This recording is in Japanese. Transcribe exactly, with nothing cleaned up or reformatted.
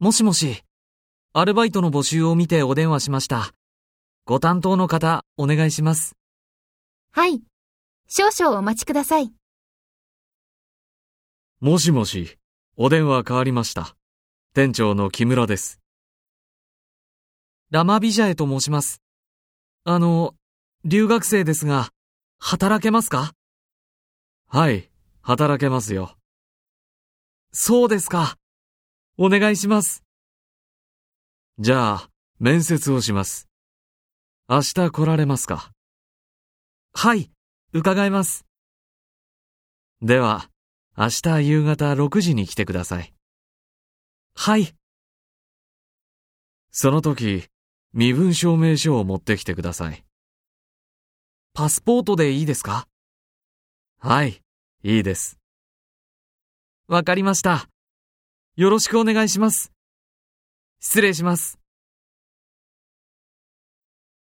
もしもし、アルバイトの募集を見てお電話しました。ご担当の方、お願いします。 はい。少々お待ちください。 もしもし、お電話変わりました。店長の木村です。 ラマビジャエと申します。あの、留学生ですが、働けますか？ はい、働けますよ。 そうですか。お願いします。 じゃあ、面接をします。明日来られますか？ はい、伺います。 では、明日夕方ろくじに来てください。 はい。 その時、身分証明書を持ってきてください。 パスポートでいいですか？ はい、いいです。 わかりました。よろしくお願いします。失礼します。